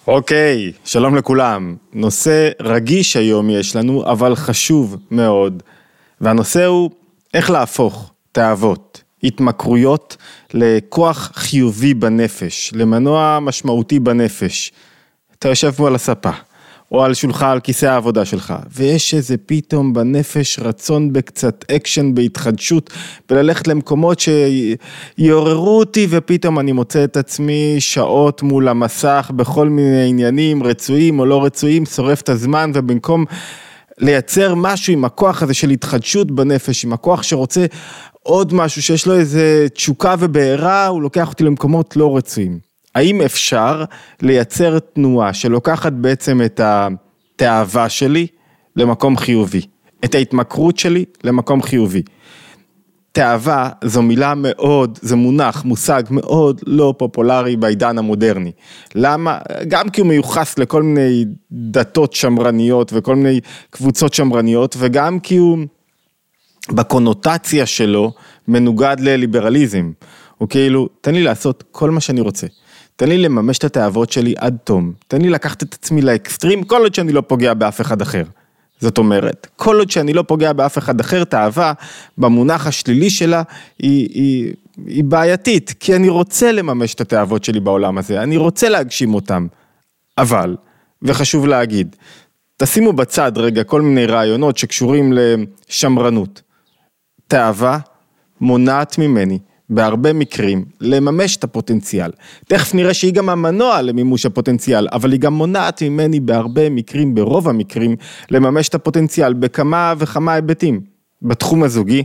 אוקיי, שלום לכולם. נושא רגיש היום יש לנו, אבל חשוב מאוד. והנושא הוא איך להפוך תאוות, התמכרויות לכוח חיובי בנפש, למנוע משמעותי בנפש. אתה יושב פה על הספה, או על שולחן, על כיסא העבודה שלך, ויש איזה פתאום בנפש רצון בקצת אקשן, בהתחדשות, וללכת למקומות שיעוררו אותי, ופתאום אני מוצא את עצמי שעות מול המסך, בכל מיני עניינים, רצויים או לא רצויים, שורף את הזמן, ובמקום לייצר משהו עם הכוח הזה של התחדשות בנפש, עם הכוח שרוצה עוד משהו, שיש לו איזה תשוקה ובעירה, הוא לוקח אותי למקומות לא רצויים. האם אפשר לייצר תנועה שלוקחת בעצם את התאווה שלי למקום חיובי, את ההתמכרות שלי למקום חיובי? תאווה זו מילה מאוד, זה מושג מאוד לא פופולרי בעידן המודרני. למה? גם כי הוא מיוחס לכל מיני דתות שמרניות וכל מיני קבוצות שמרניות, וגם כי הוא בקונוטציה שלו מנוגד לליברליזם. הוא כאילו, תן לי לעשות כל מה שאני רוצה. תן לי לממש את התאוות שלי עד תום. תן לי לקחת את עצמי לאקסטרים, כל עוד שאני לא פוגע באף אחד אחר. זאת אומרת, כל עוד שאני לא פוגע באף אחד אחר, תאווה במונח השלילי שלה היא בעייתית, כי אני רוצה לממש את התאוות שלי בעולם הזה, אני רוצה להגשים אותם. אבל, וחשוב להגיד, תשימו בצד רגע כל מיני רעיונות שקשורים לשמרנות. תאווה מונעת ממני, בהרבה מקרים, לממש את הפוטנציאל. תכף נראה שהיא גם המנוע למימוש הפוטנציאל, אבל היא גם מונעת ממני בהרבה מקרים, ברוב המקרים, לממש את הפוטנציאל בכמה וכמה היבטים. בתחום הזוגי,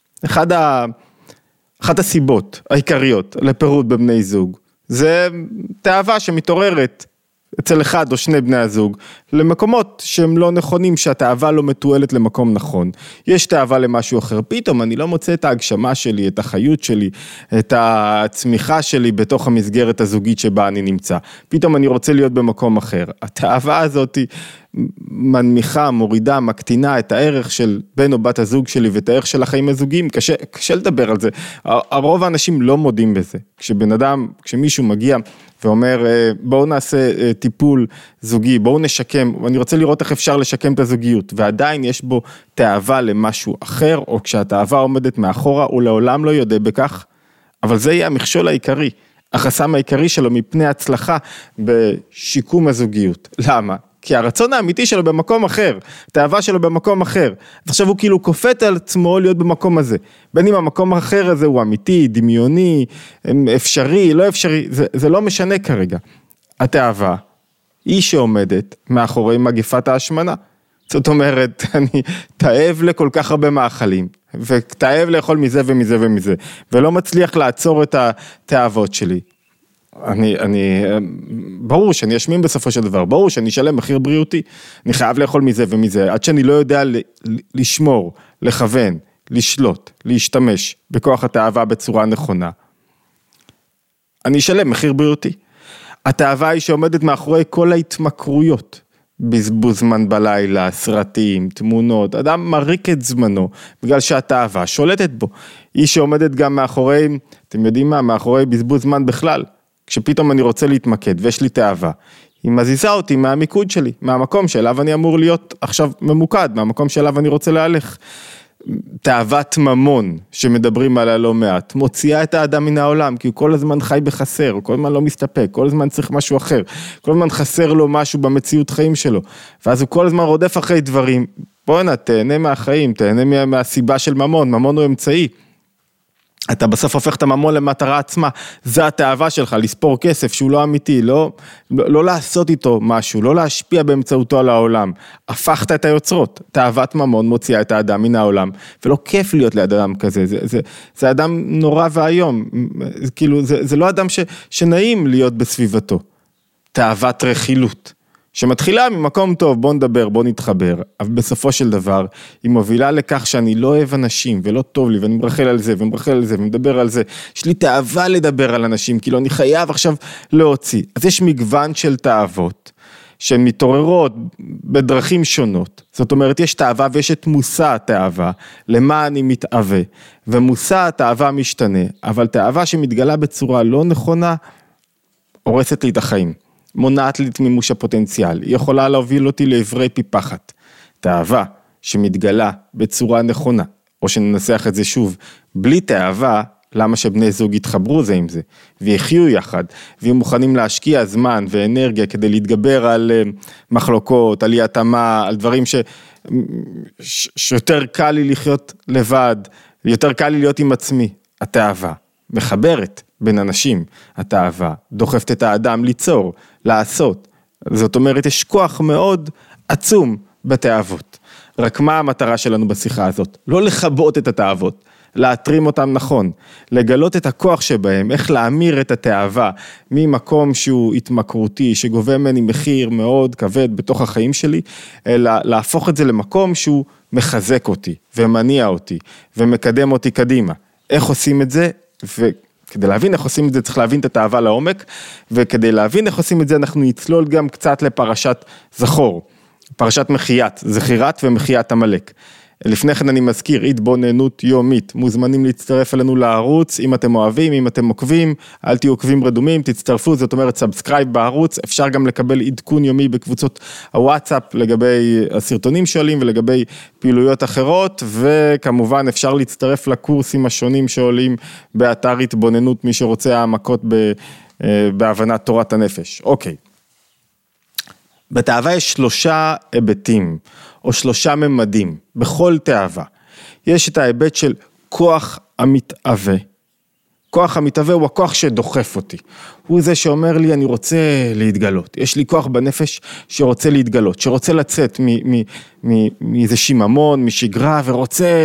אחת הסיבות העיקריות לפירוד בבני זוג, זה תאווה שמתעוררת אצל אחד או שני בני הזוג, למקומות שהם לא נכונים, שהתאווה לא מתועלת למקום נכון. יש תאווה למשהו אחר, פתאום אני לא מוצא את ההגשמה שלי, את החיות שלי, את הצמיחה שלי בתוך המסגרת הזוגית שבה אני נמצא. פתאום אני רוצה להיות במקום אחר. התאווה הזאת היא מנמיכה, מורידה, מקטינה את הערך של בן או בת הזוג שלי, ואת הערך של החיים הזוגיים. קשה לדבר על זה. הרוב האנשים לא מודים בזה. כשמישהו מגיע ואומר, בואו נעשה טיפול זוגי, בואו נשקם, ואני רוצה לראות איך אפשר לשקם את הזוגיות, ועדיין יש בו תאווה למשהו אחר, או כשהתאווה עומדת מאחורה, הוא לעולם לא יודע בכך, אבל זה יהיה המכשול העיקרי, החסם העיקרי שלו מפני הצלחה בשיקום הזוגיות. למה? כי הרצון האמיתי שלו במקום אחר, התאווה שלו במקום אחר, ועכשיו הוא כאילו כופת על עצמו להיות במקום הזה, בין אם המקום האחר הזה הוא אמיתי, דמיוני, אפשרי, לא אפשרי, זה לא משנה כרגע. התאווה היא שעומדת מאחורי מגפת ההשמנה, זאת אומרת, אני תאב לכל כך הרבה מאכלים, ותאב לאכול מזה ומזה ומזה, ולא מצליח לעצור את התאוות שלי. ברור שאני אשמים בסופו של דבר, ברור שאני אשלם מחיר בריאותי, אני חייב לאכול מזה ומזה, עד שאני לא יודע לשמור, לכוון, לשלוט, להשתמש בכוח התאווה בצורה נכונה. אני אשלם מחיר בריאותי. התאווה היא שעומדת מאחורי כל ההתמכרויות, בזבוז זמן בלילה, סרטים, תמונות, אדם מריק את זמנו, בגלל שהתאווה שולטת בו. היא שעומדת גם מאחורי, אתם יודעים מה, מאחורי בזבוז זמן בכלל. כשפתאום אני רוצה להתמקד ויש לי תאווה, היא מזיזה אותי מהמיקוד שלי, מהמקום שאליו אני אמור להיות עכשיו ממוקד, מהמקום שאליו אני רוצה להלך. תאוות ממון שמדברים עליה לא מעט, מוציאה את האדם מן העולם, כי הוא כל הזמן חי בחסר, הוא כל הזמן לא מסתפק, כל הזמן צריך משהו אחר, כל הזמן חסר לו משהו במציאות חיים שלו, ואז הוא כל הזמן רודף אחרי דברים. בוא תהנה מהחיים, תהנה מהסיבה של ממון, ממון הוא אמצעי. אתה בסוף הופך את הממון למטרה עצמה, זה התאווה שלך, לספור כסף שהוא לא אמיתי, לא לעשות איתו משהו, לא להשפיע באמצעותו על העולם, הפכת את היוצרות, תאוות ממון מוציאה את האדם מן העולם, ולא כיף להיות ליד אדם כזה, זה אדם נורא והיום, כאילו זה לא אדם שנעים להיות בסביבתו, תאוות רכילות, שמתחילה ממקום טוב, בוא נדבר, בוא נתחבר, אבל בסופו של דבר, היא מובילה לכך שאני לא אוהב אנשים, ולא טוב לי, ואני מרחל על זה, ומרחל על זה, ומדבר על זה, יש לי תאווה לדבר על אנשים, כאילו אני חייב עכשיו להוציא, אז יש מגוון של תאוות, שהן מתעוררות בדרכים שונות, זאת אומרת, יש תאווה ויש את מושא התאווה, למה אני מתאווה, ומושא התאווה משתנה, אבל תאווה שמתגלה בצורה לא נכונה, הורסת לי את החיים. מונעת לי את מימוש הפוטנציאל, היא יכולה להוביל אותי לעברי פי פחת. תאווה שמתגלה בצורה נכונה, או שננסח את זה שוב, בלי תאווה, למה שבני זוג יתחברו זה עם זה, ויחיו יחד, ויהיו מוכנים להשקיע זמן ואנרגיה כדי להתגבר על מחלוקות, על אי התאמה, על דברים שיותר קל לי לחיות לבד, יותר קל לי להיות עם עצמי. התאווה מחברת בין אנשים, התאווה דוחפת את האדם ליצור, לעשות, זאת אומרת יש כוח מאוד עצום בתאוות. רק מה המטרה שלנו בשיחה הזאת? לא לכבות את התאוות, להתרים אותם נכון, לגלות את הכוח שבהם, איך להמיר את התאווה ממקום שהוא התמכרותי, שגובה ממני מחיר מאוד כבד בתוך החיים שלי, אלא להפוך את זה למקום שהוא מחזק אותי ומניע אותי ומקדם אותי קדימה. איך עושים את זה? וכדי להבין איך עושים את זה צריך להבין את התאווה לעומק, וכדי להבין איך עושים את זה אנחנו נצלול גם קצת לפרשת זכור, פרשת מחיית, זכירת ומחיית עמלק. לפני כן אני מזכיר, התבוננות יומית, מוזמנים להצטרף אלינו לערוץ, אם אתם אוהבים, אם אתם עוקבים, אל תהיו עוקבים רדומים, תצטרפו, זאת אומרת סאבסקרייב בערוץ, אפשר גם לקבל עדכון יומי בקבוצות הוואטסאפ, לגבי הסרטונים שעולים ולגבי פעילויות אחרות, וכמובן אפשר להצטרף לקורסים השונים שעולים באתר התבוננות, מי שרוצה העמקות בהבנת תורת הנפש. אוקיי. בתאווה יש 3 היבטים, או 3 ממדים, בכל תאווה. יש את ההיבט של כוח המתאווה. כוח המתאווה הוא הכוח שדוחף אותי. הוא זה שאומר לי, אני רוצה להתגלות. יש לי כוח בנפש שרוצה להתגלות, שרוצה לצאת מאיזה שיממון, משגרה, ורוצה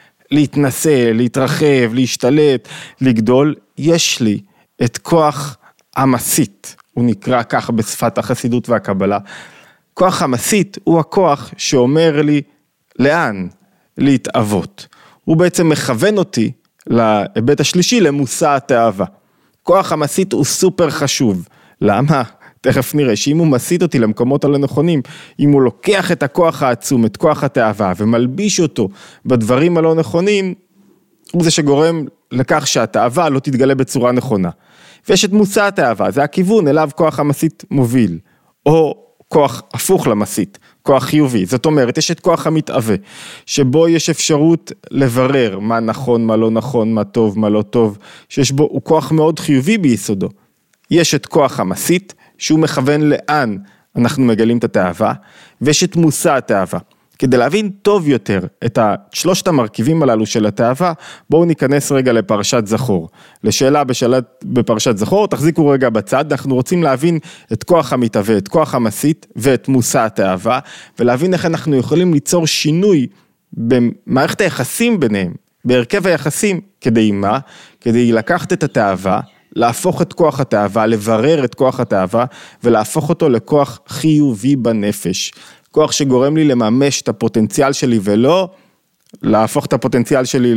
להתנסה, להתרחב, להשתלט, לגדול. יש לי את כוח המסית. הוא נקרא כך בשפת החסידות והקבלה. כוח המסית הוא הכוח שאומר לי לאן להתאבות. הוא בעצם מכוון אותי להיבט השלישי למושא התאווה. כוח המסית הוא סופר חשוב. למה? תכף נראה שאם הוא מסית אותי למקומות הלא נכונים, אם הוא לוקח את הכוח העצום, את כוח התאווה ומלביש אותו בדברים הלא נכונים, הוא זה שגורם לכך שהתאווה לא תתגלה בצורה נכונה. ויש את מושא התאווה, זה הכיוון אליו כוח המסית מוביל, או כוח הפוך למסית, כוח חיובי. זאת אומרת, יש את כוח המתאווה, שבו יש אפשרות לברר מה נכון, מה לא נכון, מה טוב, מה לא טוב, שיש בו, הוא כוח מאוד חיובי ביסודו. יש את כוח המסית, שהוא מכוון לאן אנחנו מגלים את התאווה, ויש את מושא התאווה. כדי להבין טוב יותר את 3 המרכיבים הללו של התאווה, בואו ניכנס רגע לפרשת זכור. לשאלה בפרשת זכור, תחזיקו רגע בצד, אנחנו רוצים להבין את כוח המתאווה, את כוח המסית ואת מושא התאווה, ולהבין איך אנחנו יכולים ליצור שינוי במערכת היחסים ביניהם, בהרכב היחסים, כדי מה? כדי לקחת את התאווה, להפוך את כוח התאווה, לברר את כוח התאווה, ולהפוך אותו לכוח חיובי בנפש. כוח שגורם לי לממש את הפוטנציאל שלי ולא להפוך את הפוטנציאל שלי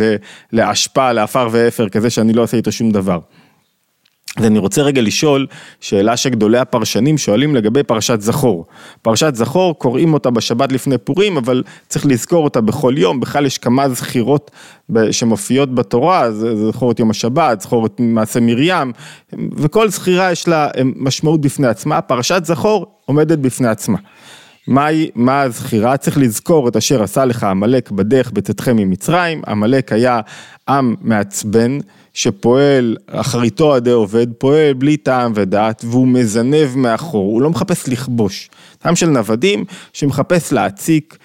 להשפעה, לאפר ואפר, כזה שאני לא עושה איתו שום דבר. ואני רוצה רגע לשאול שאלה שגדולי הפרשנים שואלים לגבי פרשת זכור. פרשת זכור קוראים אותה בשבת לפני פורים, אבל צריך לזכור אותה בכל יום, בכלל יש כמה זכירות שמופיעות בתורה, זכור את יום השבת, זכור את מעשה מרים, וכל זכירה יש לה משמעות בפני עצמה, פרשת זכור עומדת בפני עצמה. מה הזכירה? צריך לזכור את אשר עשה לך עמלק בדרך בצאתכם ממצרים. עמלק היה עם מעצבן שפועל אחריתו עדי עובד, פועל בלי טעם ודעת, והוא מזנב מאחור, הוא לא מחפש לכבוש. טעם של נוודים שמחפש להציק,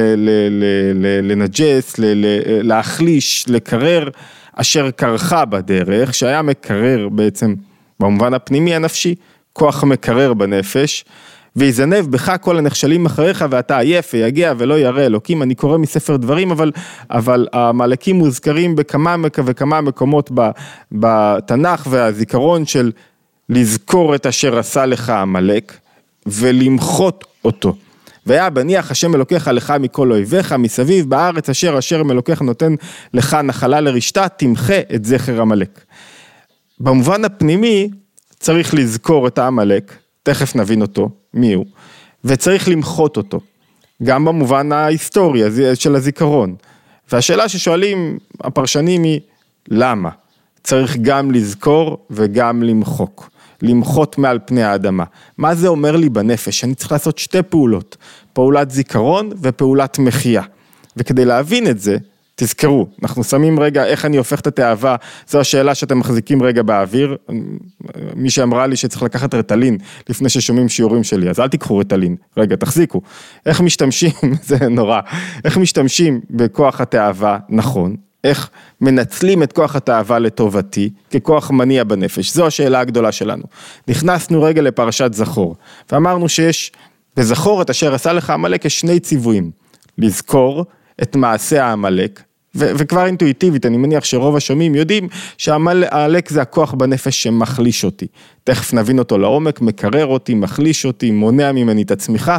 לנג'ס, להחליש, לקרר, אשר קרחה בדרך, שהיה מקרר בעצם במובן הפנימי הנפשי, כוח מקרר בנפש, ויזנב בך כל הנחשלים אחריך, ואתה עייף ויגיע ולא ירא אלוקים. אני קורא מספר דברים, אבל המלאקים מוזכרים בכמה וכמה מקומות בתנ"ך, והזיכרון של לזכור את אשר עשה לך המלאק, ולמחות אותו. והיה בניח השם אלוקיך לך מכל אויביך, מסביב בארץ אשר אלוקיך נותן לך נחלה לרשתה, תמחה את זכר המלאק. במובן הפנימי צריך לזכור את המלאק, תכף נבין אותו, מי הוא, וצריך למחות אותו, גם במובן ההיסטורי של הזיכרון. והשאלה ששואלים הפרשנים היא, למה? צריך גם לזכור וגם למחוק. למחות מעל פני האדמה. מה זה אומר לי בנפש? אני צריך לעשות שתי פעולות, פעולת זיכרון ופעולת מחייה. וכדי להבין את זה, תזכרו, אנחנו שמים רגע איך אני הופך את התאווה, זו השאלה שאתם מחזיקים רגע באוויר, מי שאמרה לי שצריך לקחת רטלין לפני ששומעים שיעורים שלי, אז אל תיקחו רטלין, רגע תחזיקו, איך משתמשים, זה נורא, איך משתמשים בכוח התאווה נכון, איך מנצלים את כוח התאווה לטובתי, ככוח מניע בנפש, זו השאלה הגדולה שלנו. נכנסנו רגע לפרשת זכור, ואמרנו שיש בזכור את אשר עשה לך עמלק, יש שני ציוויים, לזכור את מעשה העמלק, וכבר אינטואיטיבית, אני מניח שרוב השומעים יודעים שהעמלק זה הכוח בנפש שמחליש אותי, תכף נבין אותו לעומק, מקרר אותי, מחליש אותי, מונע ממני את הצמיחה,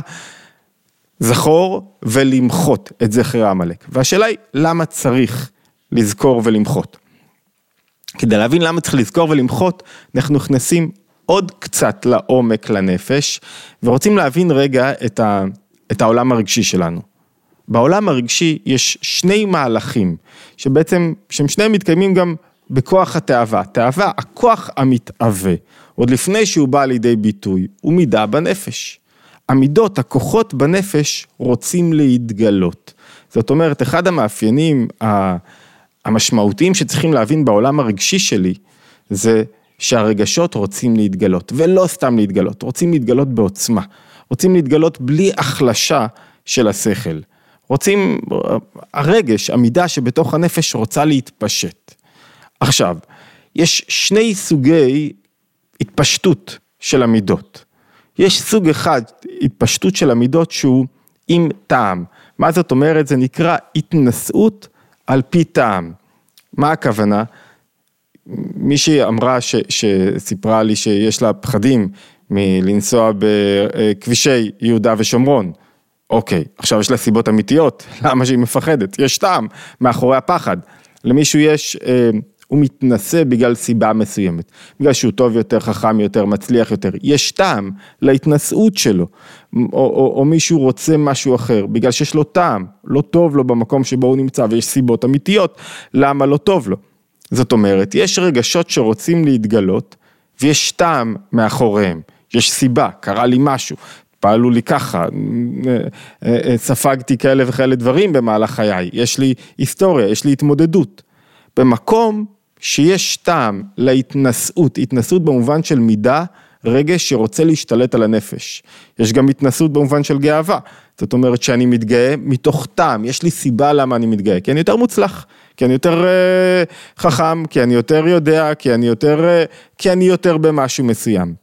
זכור ולמחות את זכר העמלק, והשאלה היא למה צריך לזכור ולמחות. כדי להבין למה צריך לזכור ולמחות, אנחנו נכנסים עוד קצת לעומק לנפש, ורוצים להבין רגע את העולם הרגשי שלנו. בעולם הרגשי יש שני מהלכים, שהם שניהם מתקיימים גם בכוח התאווה. תאווה, הכוח המתאווה, עוד לפני שהוא בא לידי ביטוי, הוא מידה בנפש. המידות, הכוחות בנפש רוצים להתגלות. זאת אומרת, אחד המאפיינים המשמעותיים שצריכים להבין בעולם הרגשי שלי, זה שהרגשות רוצים להתגלות, ולא סתם להתגלות, רוצים להתגלות בעוצמה, רוצים להתגלות בלי החלשה של השכל. רוצים, הרגש, המידה שבתוך הנפש רוצה להתפשט. עכשיו, יש שני סוגי התפשטות של המידות. יש סוג אחד, התפשטות של המידות שהוא עם טעם. מה זאת אומרת? זה נקרא התנשאות על פי טעם. מה הכוונה? מישהי אמרה שסיפרה לי שיש לה פחדים מלנסוע בכבישי יהודה ושומרון. אוקיי, עכשיו יש לה סיבות אמיתיות, למה שהיא מפחדת? יש טעם מאחורי הפחד. למישהו הוא מתנסה בגלל סיבה מסוימת, בגלל שהוא טוב יותר, חכם יותר, מצליח יותר. יש טעם להתנסות שלו, או מישהו רוצה משהו אחר, בגלל שיש לו טעם, לא טוב לו במקום שבו הוא נמצא, ויש סיבות אמיתיות, למה לא טוב לו. זאת אומרת, יש רגשות שרוצים להתגלות, ויש טעם מאחוריהם, יש סיבה, קרה לי משהו, פעלו לי ככה, ספגתי כאלה וכאלה דברים במהלך חיי, יש לי היסטוריה, יש לי התמודדות. במקום שיש טעם להתנסות, התנסות במובן של מידה, רגש שרוצה להשתלט על הנפש. יש גם התנסות במובן של גאווה, זאת אומרת שאני מתגאה מתוך טעם, יש לי סיבה למה אני מתגאה, כי אני יותר מוצלח, כי אני יותר חכם, כי אני יותר יודע, כי אני יותר במשהו מסוים.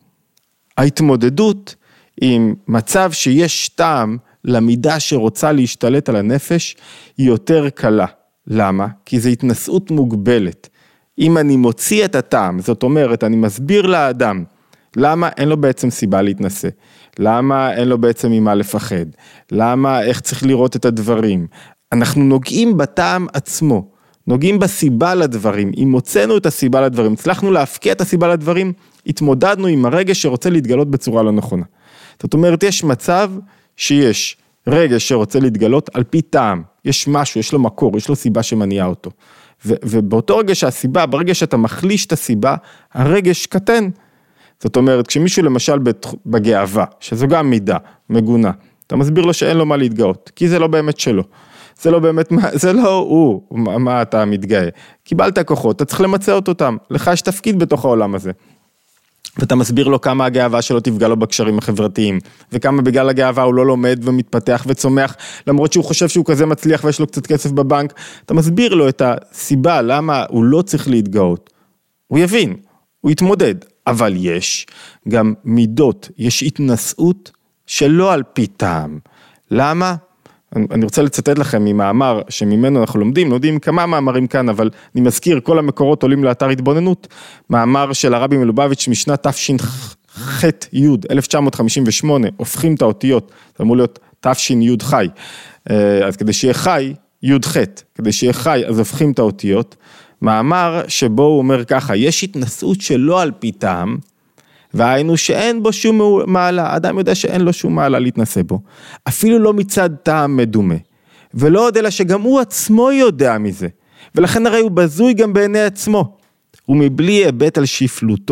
ההתמודדות עם מצב שיש טעם למידה שרוצה להשתלט על הנפש, היא יותר קלה. למה? כי זו התנסות מוגבלת. אם אני מוציא את הטעם, זאת אומרת, אני מסביר לאדם, למה אין לו בעצם סיבה להתנסה? למה אין לו בעצם ממה לפחד? למה, איך צריך לראות את הדברים? אנחנו נוגעים בטעם עצמו, נוגעים בסיבה לדברים, אם מוצאנו את הסיבה לדברים, הצלחנו להפקיע את הסיבה לדברים, התמודדנו עם הרגש שרוצה להתגלות בצורה לא נכונה. זאת אומרת, יש מצב שיש רגש שרוצה להתגלות על פי טעם, יש משהו, יש לו מקור, יש לו סיבה שמניעה אותו. ובאותו רגש הסיבה, ברגע שאתה מחליש את הסיבה, הרגש קטן. זאת אומרת, כשמישהו למשל בגאווה, שזו גם מידה, מגונה, אתה מסביר לו שאין לו מה להתגאות, כי זה לא באמת שלו. זה לא באמת, זה לא הוא, מה אתה מתגאה. קיבלת כוחות, אתה צריך למצא אותם, לך יש תפקיד בתוך העולם הזה. ואתה מסביר לו כמה הגאווה שלו תפגע לו בקשרים החברתיים, וכמה בגלל הגאווה הוא לא לומד ומתפתח וצומח, למרות שהוא חושב שהוא כזה מצליח ויש לו קצת כסף בבנק, אתה מסביר לו את הסיבה למה הוא לא צריך להתגאות. הוא יבין, הוא יתמודד, אבל יש גם מידות, יש התנסות שלא על פי טעם. למה? אני רוצה לצטט לכם ממאמר שממנו אנחנו לומדים כמה מאמרים כאן, אבל אני מזכיר, כל המקורות עולים לאתר התבוננות, מאמר של הרבי מלובביץ' משנת תש"ח י' 1958, הופכים את האותיות, זה אמור להיות תש"י חי, אז כדי שיהיה חי, י' ח', כדי שיהיה חי, אז הופכים את האותיות, מאמר שבו הוא אומר ככה, יש התנסות שלא על פי טעם, והיינו שאין בו שום מעלה, האדם יודע שאין לו שום מעלה להתנסה בו, אפילו לא מצד טעם מדומה, ולא עוד אלא שגם הוא עצמו יודע מזה, ולכן הרי הוא בזוי גם בעיני עצמו, ומבלי היבט על שפלותו,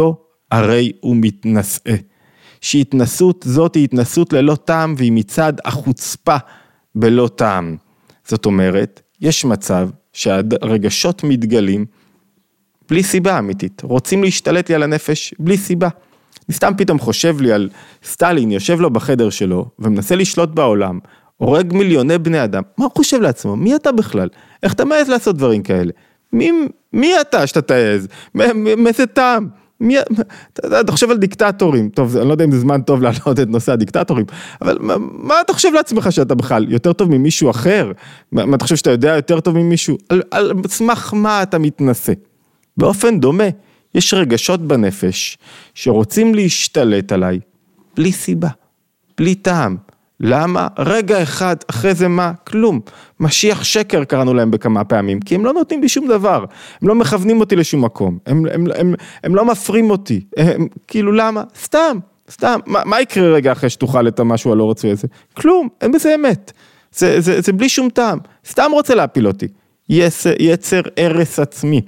הרי הוא מתנשא. שהתנסות זאת היא התנסות ללא טעם, והיא מצד החוצפה בלא טעם. זאת אומרת, יש מצב שהרגשות מתגלים בלי סיבה אמיתית. רוצים להשתלט לי על הנפש בלי סיבה. אני סתם פתאום חושב לי על סטלין, יושב לו בחדר שלו, ומנסה לשלוט בעולם, הורג מיליוני בני אדם. מה הוא חושב לעצמו? מי אתה בכלל? איך אתה מעז לעשות דברים כאלה? מי אתה שאתה תעז? מאיזה טעם? אתה חושב על דיקטטורים, טוב, אני לא יודע אם זה זמן טוב להעלות את נושא הדיקטטורים, אבל מה אתה חושב לעצמך שאתה בכלל יותר טוב ממישהו אחר? מה אתה חושב שאתה יודע יותר טוב ממישהו? על סמך מה אתה מתנסה? באופן דומה, יש רגשות בנפש שרוצים להשתלט עליי, בלי סיבה, בלי טעם. למה? רגע אחד, אחרי זה מה? כלום. משיח שקר קראנו להם בכמה פעמים, כי הם לא נותנים לי שום דבר, הם לא מכוונים אותי לשום מקום, הם לא מפרים אותי, כאילו למה? סתם, מה יקרה רגע אחרי שתוכל את המשהו הלא רצוי הזה? כלום, אין בזה אמת, זה בלי שום טעם, סתם רוצה להפיל אותי, יצר ערס עצמי,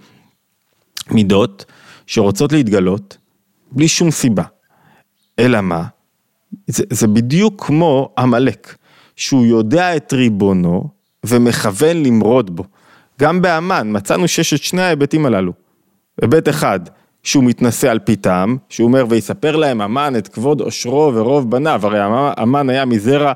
מידות שרוצות להתגלות, בלי שום סיבה, אלא מה? זה בדיוק כמו עמלק, שהוא יודע את ריבונו, ומכוון למרוד בו. גם באמן, מצאנו שיש את שני ההיבטים הללו. היבט אחד, שהוא מתנשא על פי טעם, שהוא אומר, ויספר להם אמן את כבוד עושרו ורוב בניו, הרי אמן היה מזרע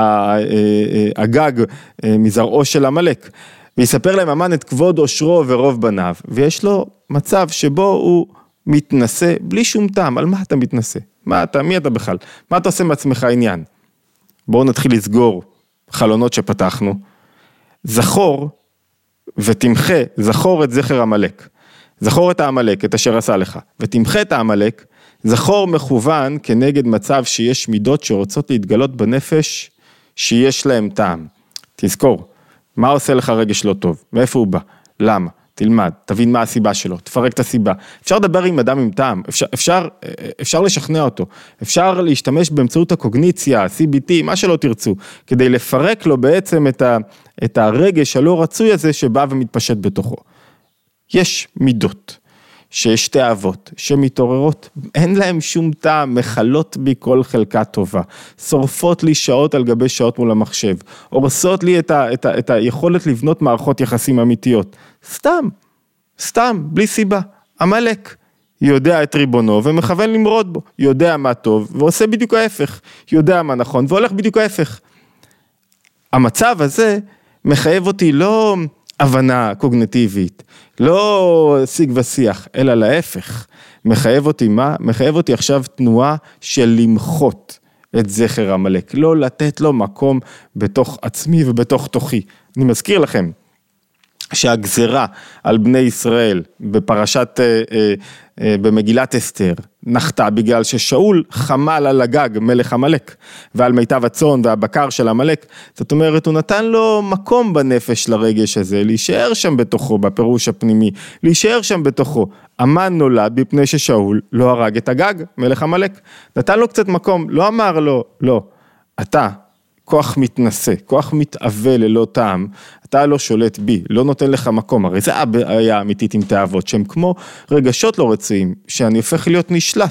הגג, מזרעו של עמלק, ויספר להם אמן את כבוד עושרו ורוב בניו, ויש לו מצב שבו הוא מתנשא בלי שום טעם. על מה אתה מתנשא? מי אתה בכלל? מה אתה עושה מעצמך עניין? בואו נתחיל לסגור חלונות שפתחנו. זכור ותמחה, זכור את זכר עמלק. זכור את העמלק, את אשר עשה לך. ותמחה את העמלק, זכור מכוון כנגד מצב שיש מידות שרוצות להתגלות בנפש, שיש להם טעם. תזכור, מה עושה לך רגש לא טוב? מאיפה הוא בא? למה? תלמד, תבין מה הסיבה שלו, תפרק את הסיבה. אפשר לדבר עם אדם עם טעם, אפשר לשכנע אותו, אפשר להשתמש באמצעות הקוגניציה, CBT, מה שלא תרצו, כדי לפרק לו בעצם את הרגש הלא רצוי הזה שבא ומתפשט בתוכו. יש מידות, שיש תאוות, שמתעוררות, אין להם שום טעם, מחלות בי כל חלקה טובה, שורפות לי שעות על גבי שעות מול המחשב, הורסות לי את היכולת לבנות מערכות יחסים אמיתיות, סתם, בלי סיבה. עמלק יודע את ריבונו ומכוון למרוד בו, יודע מה טוב ועושה בדיוק ההפך, יודע מה נכון והולך בדיוק ההפך. המצב הזה מחייב אותי לא הבנה קוגניטיבית, לא שיג ושיח, אלא להפך. מחייב אותי מה? מחייב אותי עכשיו תנועה של למחות את זכר עמלק, לא לתת לו מקום בתוך עצמי ובתוך תוכי. אני מזכיר לכם, שהגזרה על בני ישראל בפרשת, במגילת אסתר, נחתה בגלל ששאול חמל על הגג מלך עמלק, ועל מיטב הצאן והבקר של עמלק, זאת אומרת הוא נתן לו מקום בנפש לרגש הזה, להישאר שם בתוכו, בפירוש הפנימי, להישאר שם בתוכו. אמן נולד בפני ששאול לא הרג את הגג, מלך עמלק, נתן לו קצת מקום, לא אמר לו, לא, אתה, כוח מתנשא, כוח מתאווה ללא טעם, אתה לא שולט בי, לא נותן לך מקום, הרי זה היה אמיתית עם תאוות, שהם כמו רגשות לא רצויים, שאני הופך להיות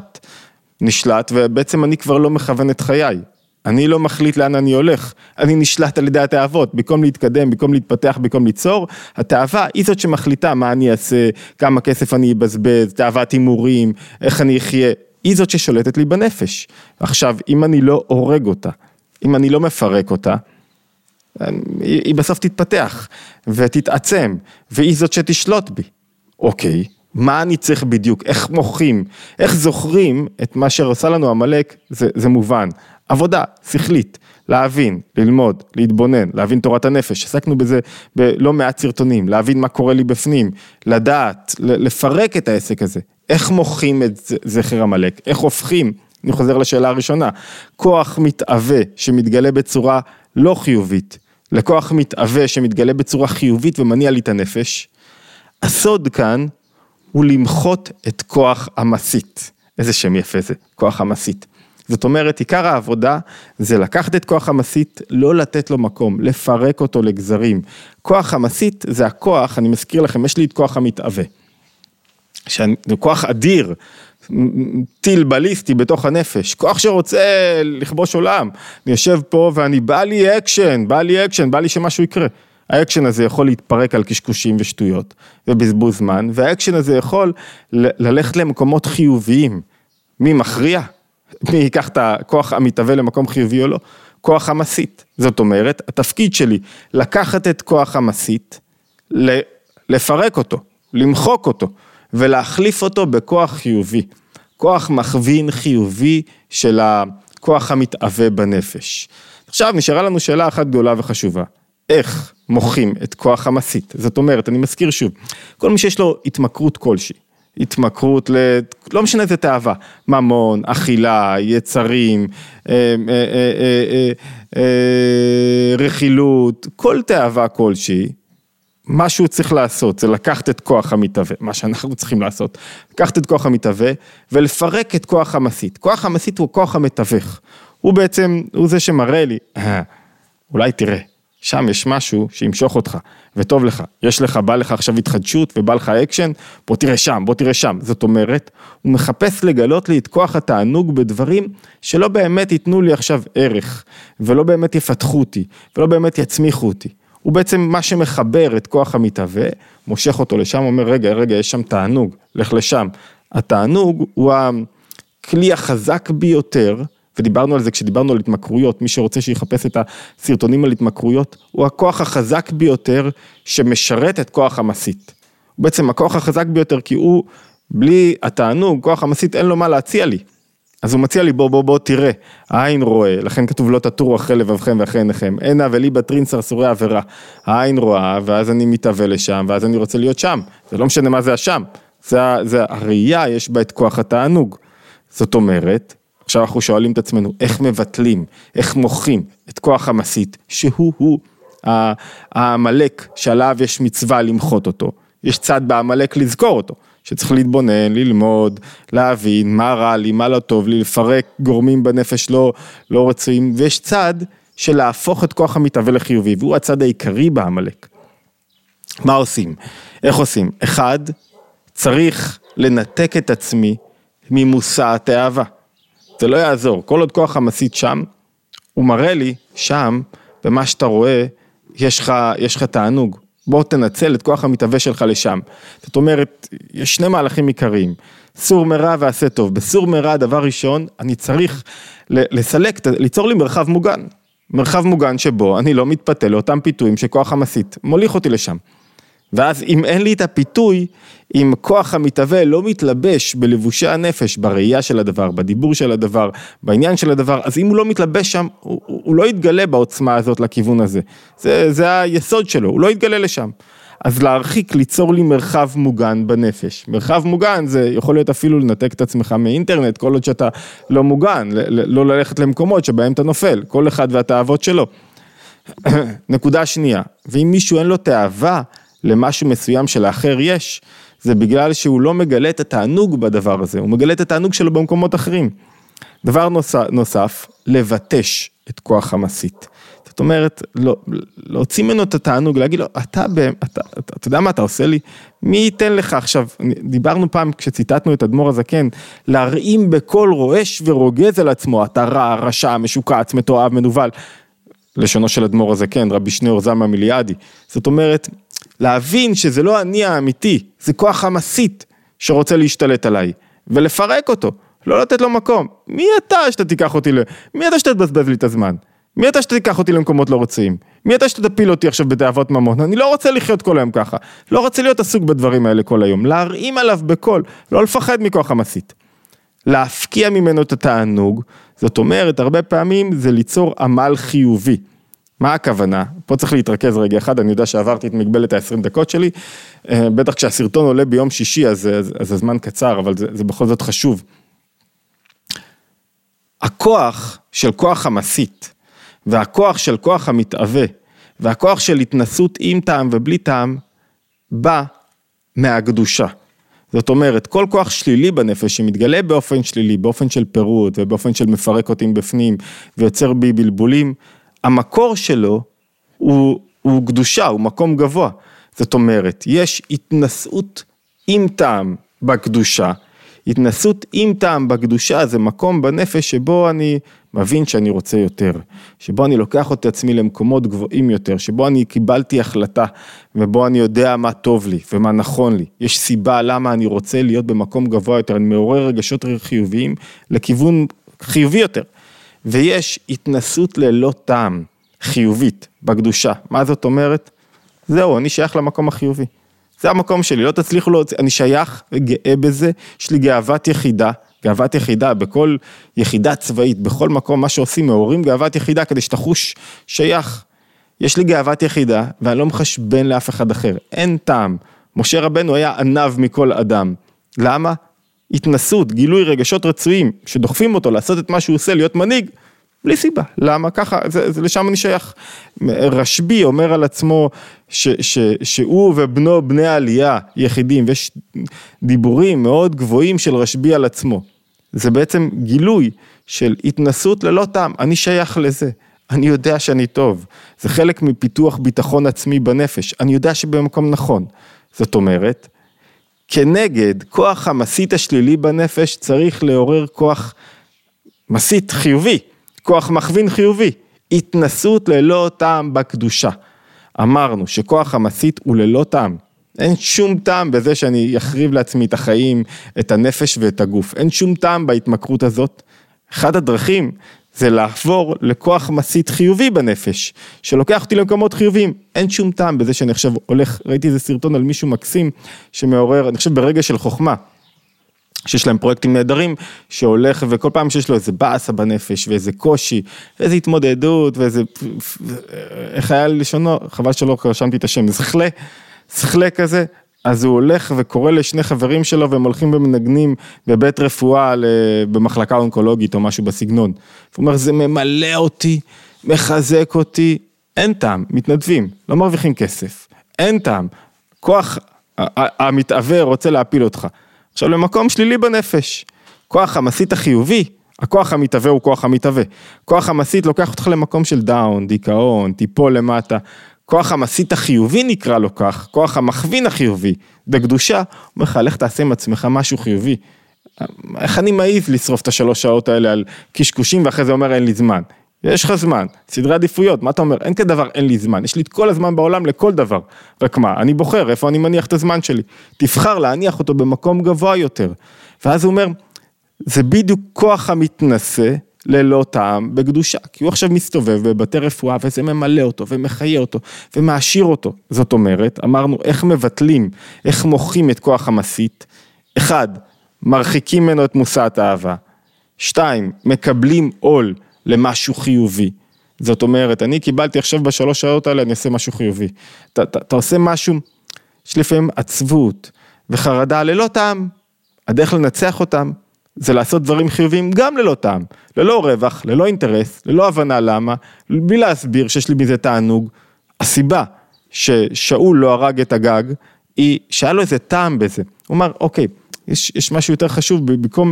נשלט, ובעצם אני כבר לא מכוון את חיי, אני לא מחליט לאן אני הולך, אני נשלט על ידי התאוות, במקום להתקדם, במקום להתפתח, במקום ליצור, התאווה היא זאת שמחליטה מה אני אעשה, כמה כסף אני אבזבז, תאוות הימורים, איך אני אחיה, היא זאת ששולטת לי בנפש. עכשיו, אם אני לא הורג אותה, אם אני לא מפרק אותה, היא בסוף תתפתח ותתעצם, והיא זאת שתשלוט בי. אוקיי, מה אני צריך בדיוק? איך מוחים? איך זוכרים את מה שעושה לנו עמלק? זה מובן. עבודה, שכלית, להבין, ללמוד, להתבונן, להבין תורת הנפש. עסקנו בזה בלא מעט סרטונים, להבין מה קורה לי בפנים, לדעת, לפרק את העסק הזה. איך מוחים את זכר עמלק? איך הופכים? אני חוזר לשאלה הראשונה, כוח מתאווה שמתגלה בצורה לא חיובית, לכוח מתאווה שמתגלה בצורה חיובית ומניע לי את הנפש, הסוד כאן הוא למחות את כוח המסית. איזה שם יפה זה, כוח המסית. זאת אומרת, עיקר העבודה זה לקחת את כוח המסית, לא לתת לו מקום, לפרק אותו לגזרים. כוח המסית זה הכוח, אני מזכיר לכם, יש לי את כוח המתאווה. זה כוח אדיר, טיל בליסטי בתוך הנפש, כוח שרוצה לכבוש עולם, אני יושב פה ואני בא לי אקשן, בא לי שמשהו יקרה, האקשן הזה יכול להתפרק על קשקושים ושטויות, ובזבוז זמן, והאקשן הזה יכול ללכת למקומות חיוביים, מי מכריע? מי ייקח את הכוח המתהווה למקום חיובי או לא? כוח המסית, זאת אומרת, התפקיד שלי, לקחת את כוח המסית, לפרק אותו, למחוק אותו, ולהחליף אותו בכוח חיובי, כוח מכווין חיובי של הכוח המתהווה בנפש. עכשיו נשארה לנו שאלה אחת גדולה וחשובה, איך מוחים את כוח המסית? זאת אומרת, אני מזכיר שוב, כל מי שיש לו התמכרות כלשהי, התמכרות לא משנה איזה תאווה, ממון, אכילה, יצרים, רכילות, כל תאווה כלשהי, מה שהוא צריך לעשות, זה לקחת את כוח המתהווה, מה שאנחנו צריכים לעשות, לקחת את כוח המתהווה, ולפרק את כוח המסית. כוח המסית הוא כוח המתווך, הוא בעצם, הוא זה שמראה לי, אולי תראה, שם יש משהו שימשוך אותך, וטוב לך, יש לך, בא לך עכשיו התחדשות, ובא לך אקשן, בוא תראה שם, זאת אומרת, הוא מחפש לגלות לי את כוח התענוג בדברים, שלא באמת ייתנו לי עכשיו ערך, ולא באמת יפתחו אותי, ולא באמת יצמיחו אותי. הוא בעצם מה שמחבר את כוח המתהווה, מושך אותו לשם, אומר רגע, יש שם תענוג, לך לשם. התענוג הוא הכלי החזק ביותר, ודיברנו על זה כשדיברנו על התמכרויות, מי שרוצה שיחפש את הסרטונים על התמכרויות, הוא הכוח החזק ביותר שמשרת את כוח המסית. הוא בעצם הכוח החזק ביותר, כי הוא, בלי התענוג, כוח המסית אין לו מה להציע לי. אז הוא מציע לי, בוא תראה, העין רואה, לכן כתוב לא תטורו אחרי לבבכם ואחרי עיניכם, עינה ולי בטרין סרסורי עבירה, העין רואה, ואז אני מתהווה לשם, ואז אני רוצה להיות שם, זה לא משנה מה זה השם, זה הראייה, יש בה את כוח התענוג, זאת אומרת, עכשיו אנחנו שואלים את עצמנו, איך מבטלים, איך מוחים את כוח המסית, שהוא המלאק שעליו יש מצווה למחות אותו, יש צד במלאק לזכור אותו, שצריך להתבונן, ללמוד, להבין מה רע לי, מה לא טוב לי, לפרק גורמים בנפש לא רצויים, ויש צד של להפוך את כוח המתהווה לחיובי, והוא הצד העיקרי בעמלק. מה עושים? איך עושים? אחד, צריך לנתק את עצמי ממושא התאווה. זה לא יעזור, כל עוד כוח המסית שם, הוא מראה לי שם, במה שאתה רואה, יש לך תענוג. בוא תנצל את כוח המתהווה שלך לשם. זאת אומרת, יש שני מהלכים עיקריים, סור מרע ועשה טוב. בסור מרע, דבר ראשון, אני צריך ליצור לי מרחב מוגן. מרחב מוגן שבו אני לא מתפתה לאותם פיתויים שכוח המסית מוליך אותי לשם. ואז אם אין לי את הפיתוי, אם כוח המתהווה לא מתלבש בלבושי הנפש, בראייה של הדבר, בדיבור של הדבר, בעניין של הדבר, אז אם הוא לא מתלבש שם, הוא לא יתגלה בעוצמה הזאת לכיוון הזה. זה היסוד שלו, הוא לא יתגלה לשם. אז להרחיק, ליצור לי מרחב מוגן בנפש. מרחב מוגן זה יכול להיות אפילו לנתק את עצמך מאינטרנט, כל עוד שאתה לא מוגן, לא ללכת למקומות שבהם אתה נופל, כל אחד והתאוות שלו. נקודה שנייה, ואם מישהו אין לו תאווה, למשהו מסוים שלאחר יש, זה בגלל שהוא לא מגלה את התענוג בדבר הזה, הוא מגלה את התענוג שלו במקומות אחרים. דבר נוסף, לבטש את כוח המסית. זאת אומרת, להוציא ממנו את התענוג, להגיד לו, אתה יודע מה אתה עושה לי? מי ייתן לך עכשיו? דיברנו פעם כשציטטנו את אדמו"ר הזקן, להרעים בכל רועש ורוגז על עצמו, אתה רע, רשע, משוקץ, מתועב, מנוול. לשונו של אדמו"ר הזקן, רבי שניאור זלמן מיליאדי. זאת אומרת, להבין שזה לא אני האמיתי, זה כוח המסית שרוצה להשתלט עליי, ולפרק אותו, לא לתת לו מקום. מי אתה שאתה תיקח אותי מי אתה שאתה תבזבז לי את הזמן? מי אתה שאתה תיקח אותי למקומות לא רצויים? מי אתה שאתה תפיל אותי עכשיו בתאוות ממון? אני לא רוצה לחיות כל היום ככה, לא רוצה להיות עסוק בדברים האלה כל היום, להרעים עליו בכל, לא לפחד מכוח המסית. להפקיע ממנו את התענוג, זאת אומרת, הרבה פעמים זה ליצור עמל חיובי. מה הכוונה? פה צריך להתרכז רגע אחד, אני יודע שעברתי את מגבלת ה-20 דקות שלי, בטח כשהסרטון עולה ביום שישי, אז הזמן קצר, אבל זה בכל זאת חשוב. הכוח של כוח המסית, והכוח של כוח המתהווה, והכוח של התנסות עם טעם ובלי טעם, בא מהקדושה. זאת אומרת, כל כוח שלילי בנפש שמתגלה באופן שלילי, באופן של פירוט, ובאופן של מפרק אותי בפנים, ויוצר בי בלבולים, המקור שלו הוא קדושה, הוא מקום גבוה. זאת אומרת, יש התנסות עם טעם בקדושה, התנסות עם טעם בקדושה, זה מקום בנפש שבו אני מבין שאני רוצה יותר, שבו אני לוקח את עצמי למקומות גבוהים יותר, שבו אני קיבלתי החלטה, ובו אני יודע מה טוב לי ומה נכון לי. יש סיבה למה אני רוצה להיות במקום גבוה יותר, אני מעורר רגשות חיוביים לכיוון חיובי יותר. ויש התנסות ללא טעם חיובית בקדושה. מה זאת אומרת? זהו, אני שייך למקום החיובי. זה המקום שלי, לא תצליחו להוציא, אני שייך וגאה בזה, יש לי גאוות יחידה בכל יחידה צבאית, בכל מקום, מה שעושים מעוררים גאוות יחידה, כדי שתחוש שייך. יש לי גאוות יחידה, ואני לא מחשבן לאף אחד אחר, אין טעם. משה רבנו היה ענב מכל אדם. למה? התנסות, גילוי רגשות רצויים, שדוחפים אותו לעשות את מה שהוא עושה, להיות מנהיג, בלי סיבה. למה? ככה, זה לשם אני שייך. רשב"י אומר על עצמו שהוא ובנו בני העלייה יחידים, ויש דיבורים מאוד גבוהים של רשב"י על עצמו. זה בעצם גילוי של התנסות ללא טעם, אני שייך לזה, אני יודע שאני טוב, זה חלק מפיתוח ביטחון עצמי בנפש, אני יודע שבמקום נכון. זאת אומרת, כנגד כוח המסית השלילי בנפש, צריך לעורר כוח מסית חיובי, כוח מכווין חיובי, התנסות ללא טעם בקדושה. אמרנו שכוח המסית הוא ללא טעם, אין שום טעם בזה שאני אחריב לעצמי את החיים, את הנפש ואת הגוף, אין שום טעם בהתמכרות הזאת. אחד הדרכים זה לעבור לכוח מסית חיובי בנפש, שלוקח אותי למקומות חיוביים, אין שום טעם בזה שאני עכשיו הולך, ראיתי איזה סרטון על מישהו מקסים, שמעורר, אני חושב ברגע של חוכמה, שיש להם פרויקטים נהדרים, שהולך וכל פעם שיש לו איזה באסה בנפש, ואיזה קושי, ואיזה התמודדות, ואיזה, איך היה לשונו, חבל שלא רשמתי את השם, שכלה כזה, אז הוא הולך וקורא לשני חברים שלו, והם הולכים ומנגנים בבית רפואה, במחלקה אונקולוגית או משהו בסגנון. הוא אומר, זה ממלא אותי, מחזק אותי, אין טעם, מתנדבים, לא מרוויחים כסף, אין טעם, כוח המתעבר רוצה להפיל אותך. עכשיו למקום שלילי בנפש, כוח המסית החיובי, הכוח המתהווה הוא כוח המתהווה, כוח המסית לוקח אותך למקום של דאון, דיכאון, טיפול למטה, כוח המסית החיובי נקרא לו כך, כוח המכווין החיובי, בקדושה, הוא אומר לך, לך תעשה עם עצמך משהו חיובי, איך אני מעיז לשרוף את 3 שעות האלה על קשקושים, ואחרי זה אומר אין לי זמן, יש לך זמן, סדרי עדיפויות, מה אתה אומר? אין כדבר, אין לי זמן, יש לי את כל הזמן בעולם לכל דבר, רק מה, אני בוחר איפה אני מניח את הזמן שלי, תבחר להניח אותו במקום גבוה יותר, ואז הוא אומר, זה בדיוק כוח המתנשא ללא טעם בקדושה, כי הוא עכשיו מסתובב בבתי רפואה, וזה ממלא אותו, ומחיה אותו, ומעשיר אותו, זאת אומרת, אמרנו איך מבטלים, איך מוחים את כוח המסית, 1, מרחיקים ממנו את מושאת האהבה, 2, מקבלים עול, למשהו חיובי, זאת אומרת, אני קיבלתי עכשיו ב3 שעות האלה, אני אעשה משהו חיובי, אתה עושה משהו, יש לפעמים עצבות וחרדה ללא טעם, הדרך לנצח אותם, זה לעשות דברים חיוביים גם ללא טעם, ללא רווח, ללא אינטרס, ללא הבנה למה, בלי להסביר שיש לי מזה תענוג, הסיבה ששאול לא הרג את הגג, היא שהיה לו איזה טעם בזה, הוא אמר, אוקיי, יש משהו יותר חשוב, במקום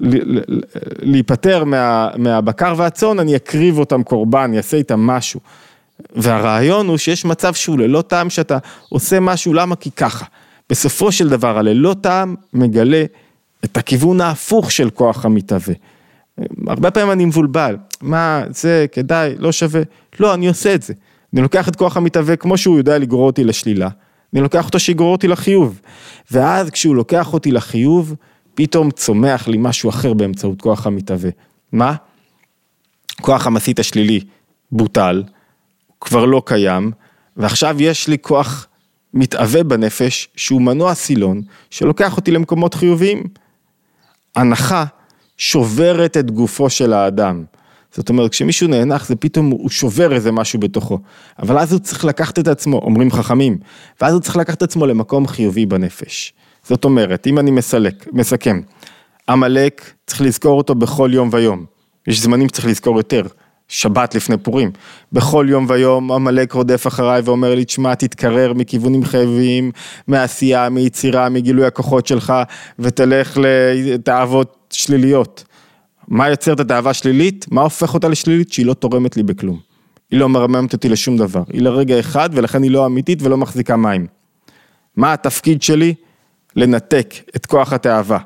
להיפטר מהבקר והצאן, אני אקריב אותם קורבן, אני אעשה איתם משהו. והרעיון הוא שיש מצב שהוא ללא טעם, שאתה עושה משהו, למה? כי ככה. בסופו של דבר, הללא טעם מגלה את הכיוון ההפוך של כוח המתהווה. הרבה פעמים אני מבולבל, מה זה, כדאי, לא שווה. לא, אני עושה את זה. אני לוקח את כוח המתהווה כמו שהוא יודע לגרור אותי לשלילה. אני לוקח אותו שיגרור אותי לחיוב, ואז כשהוא לוקח אותי לחיוב, פתאום צומח לי משהו אחר באמצעות כוח המתהווה. מה? כוח המסית השלילי בוטל, כבר לא קיים, ועכשיו יש לי כוח מתהווה בנפש, שהוא מנוע סילון, שלוקח אותי למקומות חיוביים. הנחה שוברת את גופו של האדם. זאת אומרת, כשמישהו נאנח, זה פתאום הוא שובר איזה משהו בתוכו. אבל אז הוא צריך לקחת את עצמו, אומרים חכמים, ואז הוא צריך לקחת את עצמו למקום חיובי בנפש. זאת אומרת, אם אני מסכם, עמלק צריך לזכור אותו בכל יום ויום. יש זמנים שצריך לזכור יותר, שבת לפני פורים. בכל יום ויום עמלק רודף אחריי ואומר לי, תשמע, תתקרר מכיוונים חיוביים, מעשייה, מיצירה, מגילוי הכוחות שלך, ותלך לתאוות שליליות. מה יוצר את התאווה שלילית? מה הופך אותה לשלילית? שהיא לא תורמת לי בכלום. היא לא מרממת אותי לשום דבר. היא לרגע אחד, ולכן היא לא אמיתית ולא מחזיקה מים. מה התפקיד שלי? לנתק את כוח התאווה.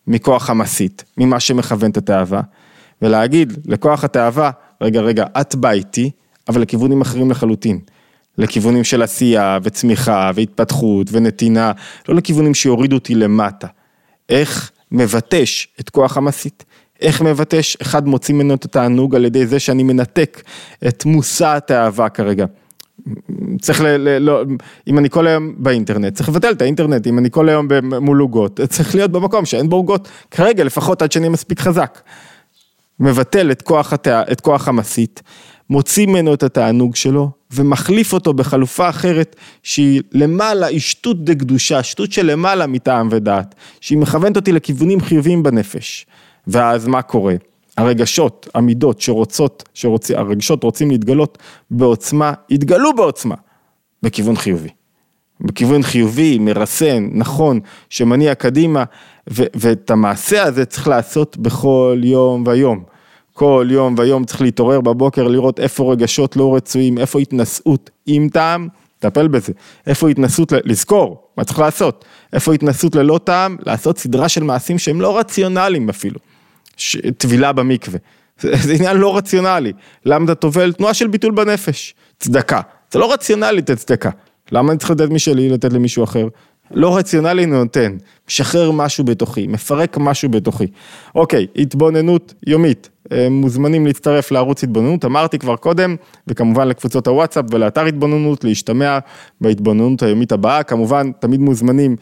מכוח המסית, ממה שמכוון את התאווה, ולהגיד לכוח התאווה, רגע, את בא איתי, אבל לכיוונים אחרים לחלוטין, לכיוונים של עשייה וצמיחה והתפתחות ונתינה, לא לכיוונים שיורידו אותי למטה. איך מבטש את כוח המסית? איך מבטש? אחד מוציא ממנו את התענוג על ידי זה שאני מנתק את מושא התאווה כרגע. צריך אם אני כל היום באינטרנט, צריך לבטל את האינטרנט, אם אני כל היום מול עוגות, צריך להיות במקום שאין בו עוגות, כרגע לפחות עד שאני מספיק חזק. מבטל את כוח המסית, מוציא ממנו את התענוג שלו, ומחליף אותו בחלופה אחרת, שהיא למעלה, היא שטות דקדושה, שטות של למעלה מטעם ודעת, שהיא מכוונת אותי לכיוונים חיוביים בנפש. ואז מה קורה? הרגשות, המידות הרגשות רוצים להתגלות בעוצמה, יתגלו בעוצמה, בכיוון חיובי. בכיוון חיובי, מרסן, נכון, שמניע קדימה, ואת המעשה הזה צריך לעשות בכל יום ויום. כל יום ויום צריך להתעורר בבוקר, לראות איפה רגשות לא רצויים, איפה התנסות עם טעם, טפל בזה. איפה התנסות, לזכור, מה צריך לעשות? איפה התנסות ללא טעם, לעשות סדרה של מעשים שהם לא רציונליים אפילו. טבילה במקווה. זה עניין לא רציונלי. למה אתה טובל? תנועה של ביטול בנפש. צדקה. זה לא רציונלי צדקה. למה אני צריך לתת משלי, לתת למישהו אחר? לא רציונלי נותן. משחרר משהו בתוכי, מפרק משהו בתוכי. אוקיי, התבוננות יומית. מוזמנים להצטרף לערוץ התבוננות, אמרתי כבר קודם, וכמובן לקבוצות הוואטסאפ ולאתר התבוננות, להשתמע בהתבוננות היומית הבאה. כמובן, תמיד מוזמנים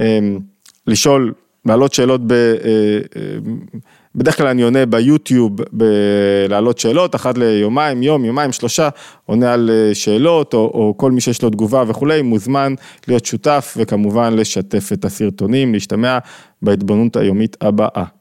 לשאול, להעלות שאלות בדרך כלל אני עונה ביוטיוב, להעלות שאלות, אחת ליומיים, יומיים, 3, עונה על שאלות, או כל מי שיש לו תגובה וכולי, מוזמן להיות שותף, וכמובן לשתף את הסרטונים, להשתמע בהתבוננות היומית הבאה.